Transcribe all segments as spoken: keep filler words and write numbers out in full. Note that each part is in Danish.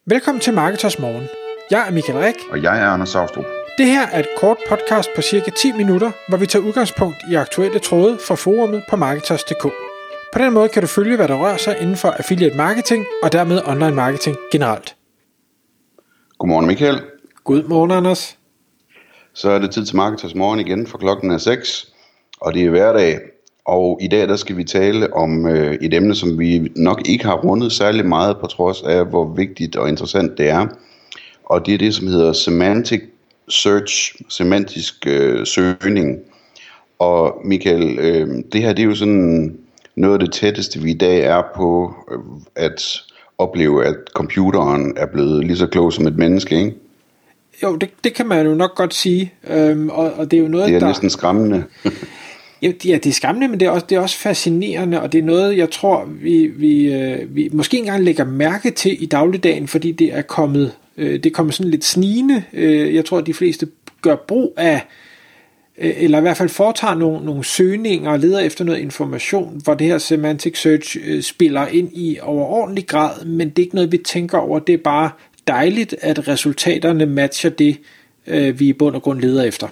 Velkommen til Marketers Morgen. Jeg er Michael Rik. Og jeg er Anders Saustrup. Det her er et kort podcast på cirka ti minutter, hvor vi tager udgangspunkt i aktuelle tråde fra forumet på Marketers punktum d k. På den måde kan du følge, hvad der rører sig inden for affiliate marketing og dermed online marketing generelt. Godmorgen Michael. Godmorgen Anders. Så er det tid til Marketers Morgen igen, for klokken er seks, og det er hverdag. Og i dag der skal vi tale om øh, et emne, som vi nok ikke har rundet særlig meget, på trods af, hvor vigtigt og interessant det er. Og det er det, som hedder semantic search, semantisk øh, søgning. Og Michael, øh, det her det er jo sådan noget af det tætteste, vi i dag er på øh, at opleve, at computeren er blevet lige så klog som et menneske, ikke? Jo, det, det kan man jo nok godt sige. Øhm, og, og det er jo noget, det er der... næsten skræmmende. Ja, det er skræmmende, men det er også, det er også fascinerende, og det er noget, jeg tror, vi, vi, øh, vi måske engang lægger mærke til i dagligdagen, fordi det er kommet, øh, det er kommet sådan lidt snigende. Øh, jeg tror, at de fleste gør brug af, øh, eller i hvert fald foretager nogle, nogle søgninger og leder efter noget information, hvor det her semantic search øh, spiller ind i overordentlig grad, men det er ikke noget, vi tænker over. Det er bare dejligt, at resultaterne matcher det, øh, vi i bund og grund leder efter.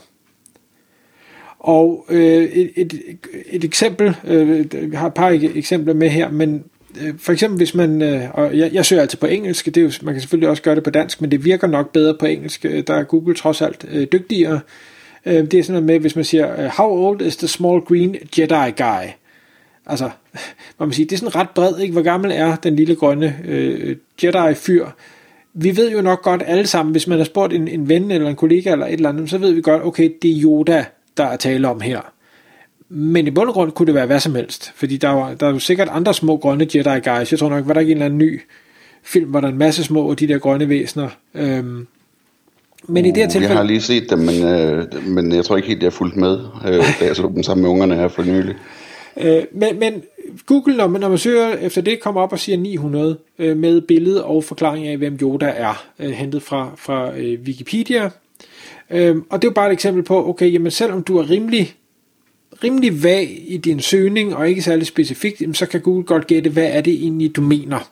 Og øh, et, et, et eksempel, øh, vi har et par eksempler med her, men øh, for eksempel hvis man, øh, og jeg, jeg søger altid på engelsk, det er jo, man kan selvfølgelig også gøre det på dansk, men det virker nok bedre på engelsk, der er Google trods alt øh, dygtigere. Øh, det er sådan noget med, hvis man siger, how old is the small green Jedi guy? Altså, hvor man siger, det er sådan ret bred, ikke? Hvor gammel er den lille grønne øh, Jedi-fyr? Vi ved jo nok godt alle sammen, hvis man har spurgt en, en ven eller en kollega eller et eller andet, så ved vi godt, okay, det er Yoda, der er tale om her. Men i bund og grund kunne det være hvad som helst, fordi der er, der er jo sikkert andre små grønne Jedi guys. Jeg tror nok, var der ikke en eller anden ny film, hvor der er en masse små af de der grønne væsener. Øhm, men uh, i det her tilfælde... Jeg har lige set dem, men, øh, men jeg tror ikke helt, jeg har fulgt med, øh, da jeg så dem sammen med ungerne her for nylig. Øh, men, men Google, når man, når man søger efter det, kommer op og siger ni hundrede øh, med billede og forklaring af, hvem Yoda er, øh, hentet fra, fra øh, Wikipedia. Øhm, og det er jo bare et eksempel på, okay, jamen selvom du er rimelig, rimelig vag i din søgning, og ikke særlig specifikt, jamen, så kan Google godt gætte, hvad er det egentlig, du mener.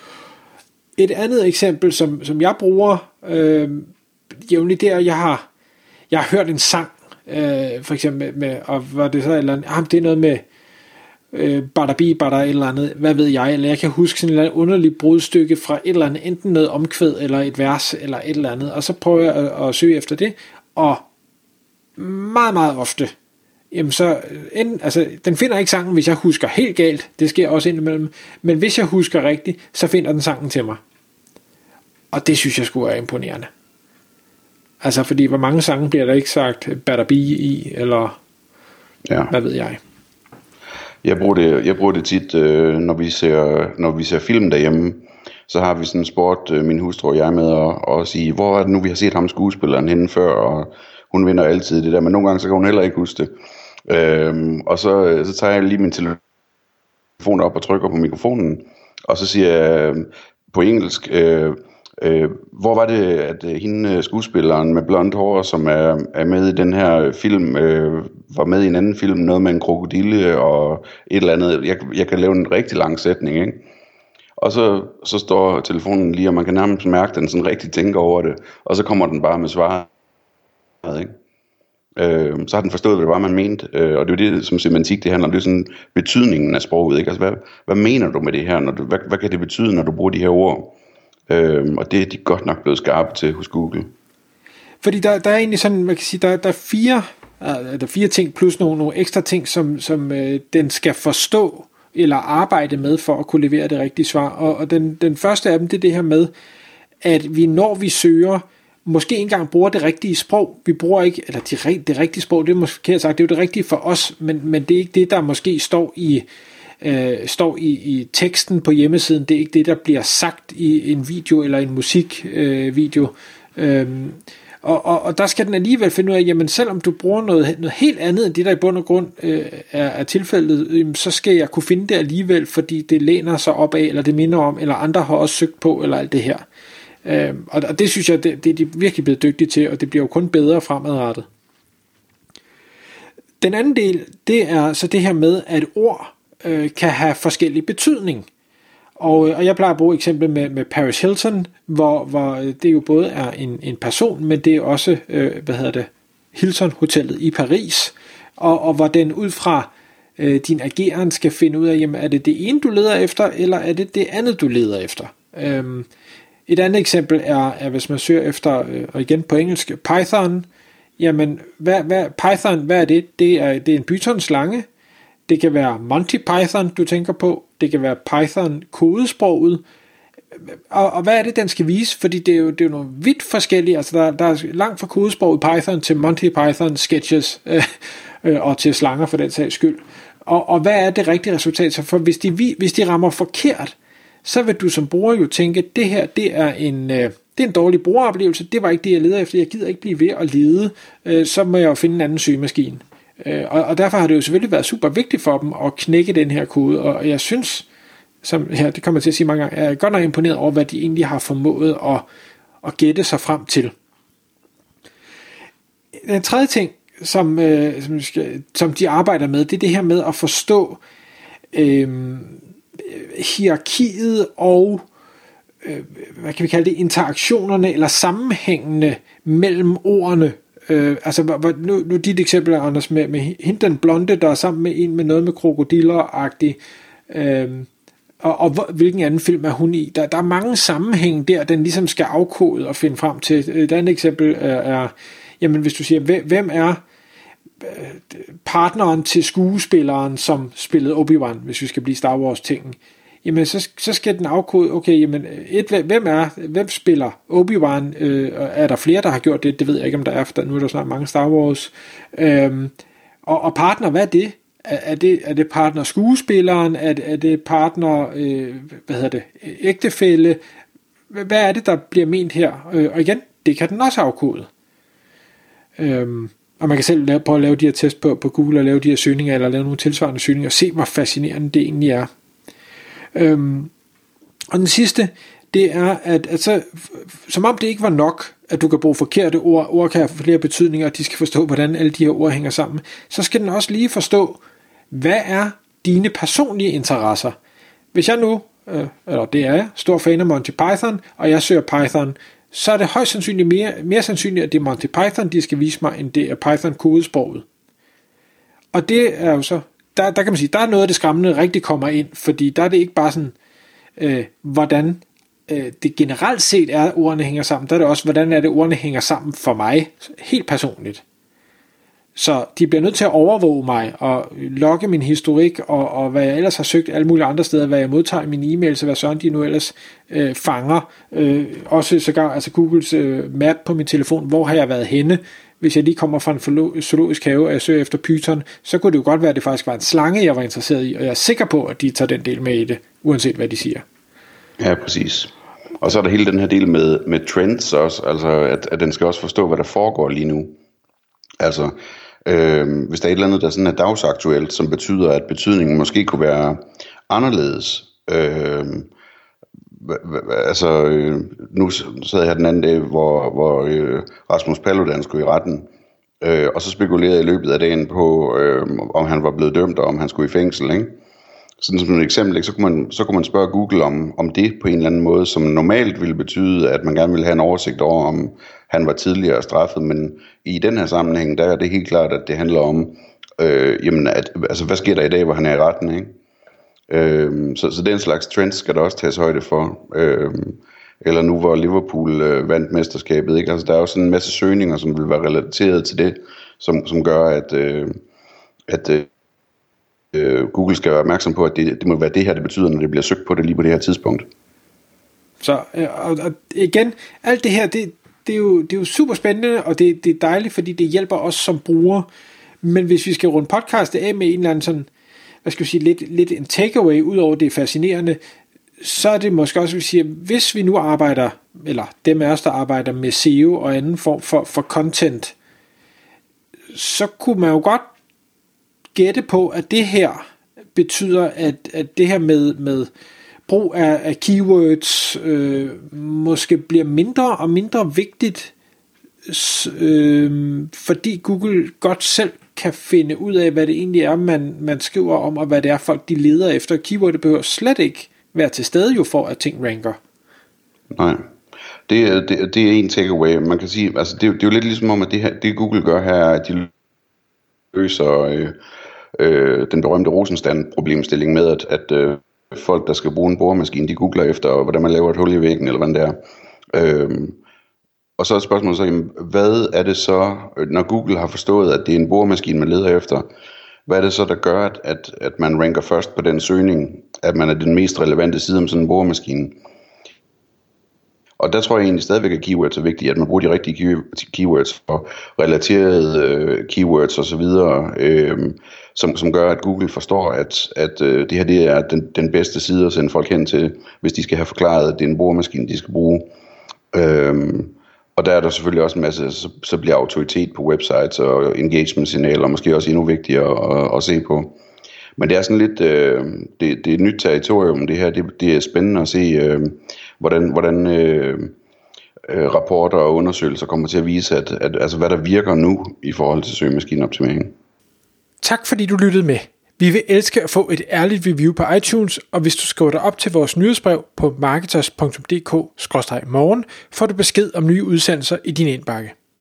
Et andet eksempel, som, som jeg bruger øhm, jævnligt, det er, at jeg har, jeg har hørt en sang, øh, for eksempel, med, og var det så et eller andet, ah, det er noget med, øh, badabi, bada et eller andet, hvad ved jeg, eller jeg kan huske sådan et eller andet underligt brudstykke fra et eller andet, enten noget omkvæd, eller et vers, eller et eller andet, og så prøver jeg at, at søge efter det, og meget, meget ofte, jamen så, enten, altså, den finder ikke sangen, hvis jeg husker helt galt, det sker også indimellem, men hvis jeg husker rigtigt, så finder den sangen til mig. Og det synes jeg skulle være imponerende. Altså, fordi hvor mange sange bliver der ikke sagt badabi i, eller ja. Hvad ved jeg. Jeg bruger det, jeg bruger det tit, øh, når vi ser, når vi ser film derhjemme, så har vi sådan en sport, øh, min hustru og jeg med, og, og sige, hvor er det nu, vi har set ham skuespilleren henne før, og hun vinder altid det der, men nogle gange så kan hun heller ikke huske det. Øhm, og så, så tager jeg lige min telefon op og trykker på mikrofonen, og så siger jeg øh, på engelsk, øh, øh, hvor var det, at øh, hende skuespilleren med blondt hår, som er, er med i den her film, øh, var med i en anden film, noget med en krokodille og et eller andet. Jeg, jeg kan lave en rigtig lang sætning, ikke? Og så, så står telefonen lige, og man kan nærmest mærke, at den sådan rigtig tænker over det, og så kommer den bare med svaret, ikke? Øh, så har den forstået, hvad det var, man mente, øh, og det er jo det, som semantik det handler om, det er sådan betydningen af sproget, ikke? Altså, hvad, hvad mener du med det her, når du, hvad, hvad kan det betyde, når du bruger de her ord? Øh, og det er de godt nok blevet skarpe til hos Google. Fordi der, der er egentlig sådan, man kan sige, der, der er fire, der er fire ting, plus nogle, nogle ekstra ting, som, som øh, den skal forstå, eller arbejde med, for at kunne levere det rigtige svar. Og, og den, den første af dem, det er det her med, at vi, når vi søger, måske ikke engang bruger det rigtige sprog. Vi bruger ikke, eller det, det rigtige sprog, det er måske jeg sagt, det er jo det rigtige for os, men, men det er ikke det, der måske står i, øh, står i, i teksten på hjemmesiden. Det er ikke det, der bliver sagt i en video eller en musikvideo. Øh, øhm, og, og, og der skal den alligevel finde ud af, jamen selvom du bruger noget, noget helt andet end det, der i bund og grund øh, er, er tilfældet, øh, så skal jeg kunne finde det alligevel, fordi det læner sig op af, eller det minder om, eller andre har også søgt på, eller alt det her. Øh, og, og det synes jeg, det, det er de virkelig blevet dygtige til, og det bliver jo kun bedre fremadrettet. Den anden del, det er så det her med, at ord øh, kan have forskellig betydning. Og, og jeg plejer at bruge eksempel med, med Paris Hilton, hvor, hvor det jo både er en, en person, men det er også, øh, hvad hedder det, Hilton Hotellet i Paris, og, og hvor den ud fra øh, din ageren skal finde ud af, jamen, er det det ene, du leder efter, eller er det det andet, du leder efter? Øhm, et andet eksempel er, er, hvis man søger efter, øh, og igen på engelsk, Python. Jamen, hvad, hvad, Python, hvad er det? Det er, det er en Python-slange. Det kan være Monty Python, du tænker på. Det kan være Python-kodesproget. Og, og hvad er det, den skal vise? Fordi det er jo, det er jo nogle vidt forskellige. Altså, der, der er langt fra kodesproget Python til Monty Python sketches, øh, øh, og til slanger for den sags skyld. Og, og hvad er det rigtige resultat? Så for hvis de, hvis de rammer forkert, så vil du som bruger jo tænke, at det her, det er en... Øh, Det er en dårlig brugeroplevelse, det var ikke det, jeg leder efter, jeg gider ikke blive ved at lede, øh, så må jeg jo finde en anden søgemaskine. Øh, og, og derfor har det jo selvfølgelig været super vigtigt for dem at knække den her kode, og jeg synes, som her, det kommer jeg til at sige mange gange, jeg er godt nok imponeret over, hvad de egentlig har formået at, at gætte sig frem til. Den tredje ting, som, øh, som, skal, som de arbejder med, det er det her med at forstå øh, hierarkiet og hvad kan vi kalde det, interaktionerne eller sammenhængene mellem ordene. Øh, altså nu, nu dit eksempel, Anders, med, med hende den blonde, der er sammen med en med noget med krokodiller-agtigt, øh, og, og hvilken anden film er hun i. Der, der er mange sammenhæng der, den ligesom skal afkode og finde frem til. Et andet eksempel er, er jamen hvis du siger, hvem er partneren til skuespilleren, som spillede Obi-Wan, hvis vi skal blive Star Wars-tingen, jamen så, så skal den afkode, okay, jamen et, hvem er, hvem spiller Obi-Wan, øh, er der flere, der har gjort det, det ved jeg ikke, om der er, for nu er der snart mange Star Wars, øhm, og, og partner, hvad er det? Er, er det, er det partner skuespilleren, er, er det partner, øh, hvad hedder det, ægtefælle, hvad er det, der bliver ment her? Øh, og igen, det kan den også afkode. Øhm, og man kan selv lave, prøve at lave de her test på, på Google, og lave de her søgninger, eller lave nogle tilsvarende søgninger, og se, hvor fascinerende det egentlig er. Øhm, og den sidste, det er, at altså, som om det ikke var nok, at du kan bruge forkerte ord, ord kan have flere betydninger, og de skal forstå, hvordan alle de her ord hænger sammen, så skal den også lige forstå, hvad er dine personlige interesser? Hvis jeg nu, øh, eller det er jeg, stor fan af Monty Python, og jeg søger Python, så er det højst sandsynligt mere, mere sandsynligt, at det er Monty Python, de skal vise mig, end det er Python-kodesproget. Og det er jo så, der, der kan man sige, der er noget af det skræmmende rigtig kommer ind, fordi der er det ikke bare sådan, øh, hvordan øh, det generelt set er, at ordene hænger sammen, der er det også, hvordan er det, ordene hænger sammen for mig, helt personligt. Så de bliver nødt til at overvåge mig, og logge min historik, og, og hvad jeg ellers har søgt alle mulige andre steder, hvad jeg modtager i mine e-mails, og hvad sådan de nu ellers øh, fanger. Øh, også sågar, altså Googles øh, map på min telefon, hvor har jeg været henne. Hvis jeg lige kommer fra en zoologisk have, og jeg søger efter pyton, så kunne det jo godt være, at det faktisk var en slange, jeg var interesseret i, og jeg er sikker på, at de tager den del med i det, uanset hvad de siger. Ja, præcis. Og så er der hele den her del med, med trends også, altså at, at den skal også forstå, hvad der foregår lige nu. Altså, øh, hvis der er et eller andet, der sådan er dagsaktuelt, som betyder, at betydningen måske kunne være anderledes. Øh, altså, øh, nu sad jeg her den anden dag, hvor, hvor øh, Rasmus Paludan skulle i retten, øh, og så spekulerede jeg i løbet af dagen på, øh, om han var blevet dømt, og om han skulle i fængsel, ikke? Sådan som et eksempel, ikke? Så, kunne man, så kunne man spørge Google om, om det på en eller anden måde, som normalt ville betyde, at man gerne ville have en oversigt over, om han var tidligere straffet, men i den her sammenhæng, der er det helt klart, at det handler om, øh, jamen, at, altså, hvad sker der i dag, hvor han er i retten, ikke? Øh, så, så den slags trends skal der også tages højde for. Øh, eller nu, hvor Liverpool øh, vandt mesterskabet, ikke? Altså, der er jo sådan en masse søgninger, som vil være relateret til det, som, som gør, at, øh, at øh, Google skal være opmærksom på, at det, det må være det her, det betyder, når det bliver søgt på det lige på det her tidspunkt. Så og, og igen, alt det her, det, det, er jo, det er jo super spændende, og det, det er dejligt, fordi det hjælper os som brugere. Men hvis vi skal runde podcastet af med en eller anden sådan, hvad skal vi sige, lidt, lidt en takeaway, ud over det fascinerende, så er det måske også, at vi siger, hvis vi nu arbejder, eller dem af os, der arbejder med S E O og anden form for, for content, så kunne man jo godt gætte på, at det her betyder, at, at det her med, med brug af, af keywords øh, måske bliver mindre og mindre vigtigt, øh, fordi Google godt selv kan finde ud af, hvad det egentlig er, man, man skriver om, og hvad det er folk, de leder efter. Keywordet behøver slet ikke være til stede jo for, at ting ranker. Nej. Det, er- det, det er en takeaway. Man kan sige, altså det, er jo- det er jo lidt ligesom om, at det, her, det Google gør her, er, at de løser øh, øh, den berømte Rosenstand-problemstilling med, at, at øh, folk, der skal bruge en boremaskine, de googler efter, hvordan man laver et hul i væggen, eller hvad det er. Øhm, og så er spørgsmålet så, jamen, hvad er det så, når Google har forstået, at det er en boremaskine, man leder efter, hvad er det så, der gør, at, at, at man ranker først på den søgning, at man er den mest relevante side om sådan en boremaskine? Og der tror jeg egentlig stadigvæk, at keywords er vigtige, at man bruger de rigtige key- keywords for relaterede øh, keywords osv., øh, som, som gør, at Google forstår, at, at øh, det her det er den, den bedste side at sende folk hen til, hvis de skal have forklaret, at det er en boremaskine, de skal bruge. Øh, og der er der selvfølgelig også en masse, så, så bliver autoritet på websites og engagement-signaler måske også endnu vigtigere at, at se på. Men det er sådan lidt, øh, det, det er et nyt territorium, det her, det, det er spændende at se, øh, hvordan, hvordan øh, øh, rapporter og undersøgelser kommer til at vise, at, at, altså, hvad der virker nu i forhold til søgemaskineoptimering. Tak fordi du lyttede med. Vi vil elske at få et ærligt review på iTunes, og hvis du skriver dig op til vores nyhedsbrev på marketers punktum d k skråstreg morgen, får du besked om nye udsendelser i din indbakke.